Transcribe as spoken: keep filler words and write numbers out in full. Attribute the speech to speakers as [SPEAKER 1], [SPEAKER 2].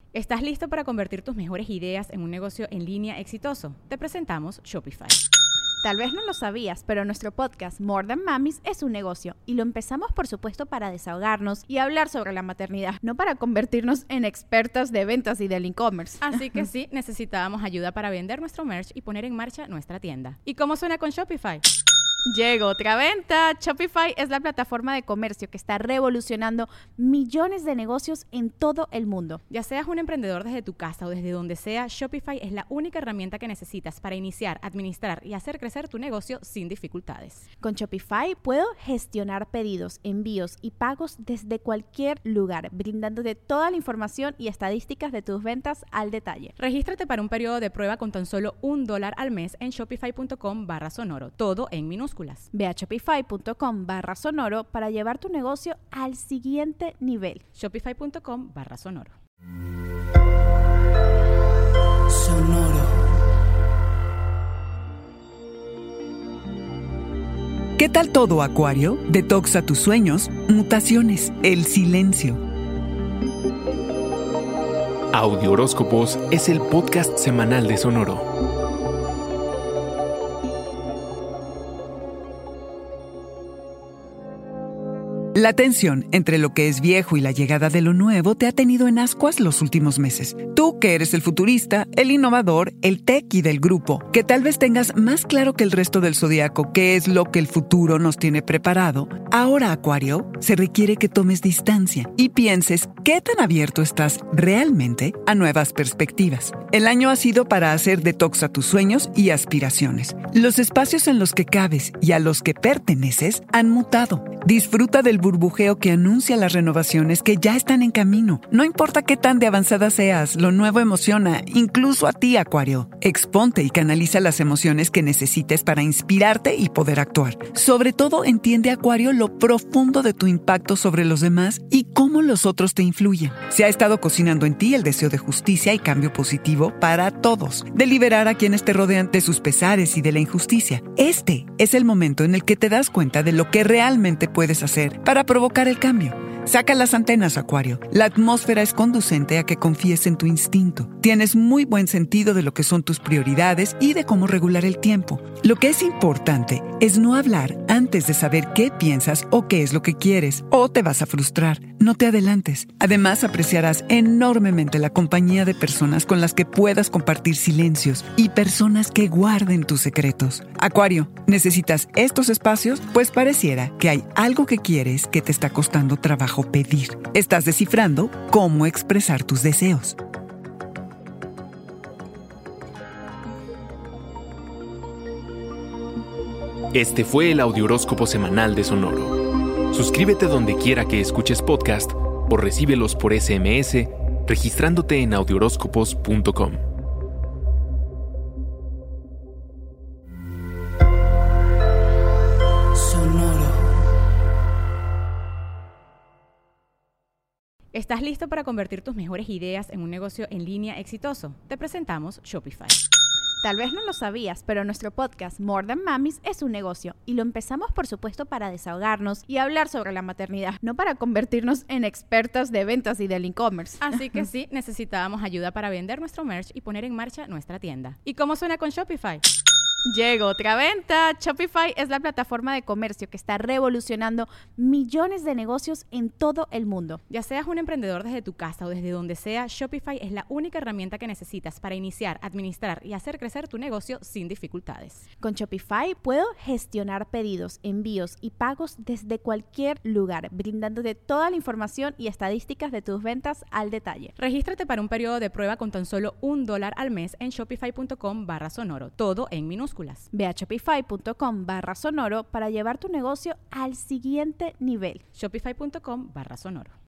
[SPEAKER 1] ¿Estás listo para convertir tus mejores ideas en un negocio en línea exitoso? Te presentamos Shopify.
[SPEAKER 2] Tal vez no lo sabías, pero nuestro podcast More Than Mamis es un negocio y lo empezamos por supuesto para desahogarnos y hablar sobre la maternidad, no para convertirnos en expertas de ventas y del e-commerce.
[SPEAKER 1] Así que sí, necesitábamos ayuda para vender nuestro merch y poner en marcha nuestra tienda. ¿Y cómo suena con Shopify?
[SPEAKER 2] Llegó otra venta. Shopify es la plataforma de comercio que está revolucionando millones de negocios en todo el mundo.
[SPEAKER 1] Ya seas un emprendedor desde tu casa o desde donde sea, Shopify es la única herramienta que necesitas para iniciar, administrar y hacer crecer tu negocio sin dificultades.
[SPEAKER 2] Con Shopify puedo gestionar pedidos, envíos y pagos desde cualquier lugar, brindándote toda la información y estadísticas de tus ventas al detalle.
[SPEAKER 1] Regístrate para un periodo de prueba con tan solo un dólar al mes en shopify.com barra sonoro, todo en minúsculas.
[SPEAKER 2] Ve a shopify.com barra sonoro para llevar tu negocio al siguiente nivel.
[SPEAKER 1] Shopify.com barra sonoro.
[SPEAKER 3] Sonoro. ¿Qué tal todo, Acuario? Detoxa tus sueños, mutaciones, el silencio.
[SPEAKER 4] Audio Horóscopos es el podcast semanal de Sonoro.
[SPEAKER 3] La tensión entre lo que es viejo y la llegada de lo nuevo te ha tenido en ascuas los últimos meses. Tú, que eres el futurista, el innovador, el tequi del grupo, que tal vez tengas más claro que el resto del zodiaco qué es lo que el futuro nos tiene preparado, ahora, Acuario, se requiere que tomes distancia y pienses qué tan abierto estás realmente a nuevas perspectivas. El año ha sido para hacer detox a tus sueños y aspiraciones. Los espacios en los que cabes y a los que perteneces han mutado. Disfruta del burbujeo que anuncia las renovaciones que ya están en camino. No importa qué tan de avanzada seas, lo nuevo emociona, incluso a ti, Acuario. Exponte y canaliza las emociones que necesites para inspirarte y poder actuar. Sobre todo, entiende, Acuario, lo profundo de tu impacto sobre los demás y cómo los otros te influyen. Se ha estado cocinando en ti el deseo de justicia y cambio positivo para todos, de liberar a quienes te rodean de sus pesares y de la injusticia. Este es el momento en el que te das cuenta de lo que realmente puedes hacer para provocar el cambio. Saca las antenas, Acuario. La atmósfera es conducente a que confíes en tu instinto. Tienes muy buen sentido de lo que son tus prioridades y de cómo regular el tiempo. Lo que es importante es no hablar antes de saber qué piensas o qué es lo que quieres, o te vas a frustrar. No te adelantes. Además, apreciarás enormemente la compañía de personas con las que puedas compartir silencios y personas que guarden tus secretos. Acuario, ¿necesitas estos espacios? Pues pareciera que hay algo que quieres que te está costando trabajo pedir. Estás descifrando cómo expresar tus deseos.
[SPEAKER 4] Este fue el Audio Horóscopo semanal de Sonoro. Suscríbete donde quiera que escuches podcast o recíbelos por ese eme ese registrándote en audio horóscopos punto com.
[SPEAKER 1] ¿Estás listo para convertir tus mejores ideas en un negocio en línea exitoso? Te presentamos Shopify.
[SPEAKER 2] Tal vez no lo sabías, pero nuestro podcast More Than Mamis es un negocio y lo empezamos por supuesto para desahogarnos y hablar sobre la maternidad, no para convertirnos en expertas de ventas y del e-commerce.
[SPEAKER 1] Así que sí, necesitábamos ayuda para vender nuestro merch y poner en marcha nuestra tienda. ¿Y cómo suena con Shopify?
[SPEAKER 2] Llegó otra venta. Shopify es la plataforma de comercio que está revolucionando millones de negocios en todo el mundo.
[SPEAKER 1] Ya seas un emprendedor desde tu casa o desde donde sea, Shopify es la única herramienta que necesitas para iniciar, administrar y hacer crecer tu negocio sin dificultades.
[SPEAKER 2] Con Shopify puedo gestionar pedidos, envíos y pagos desde cualquier lugar, brindándote toda la información y estadísticas de tus ventas al detalle.
[SPEAKER 1] Regístrate para un periodo de prueba con tan solo un dólar al mes en shopify.com barra sonoro, todo en minúsculas.
[SPEAKER 2] Ve a shopify.com barra sonoro para llevar tu negocio al siguiente nivel.
[SPEAKER 1] Shopify.com barra sonoro.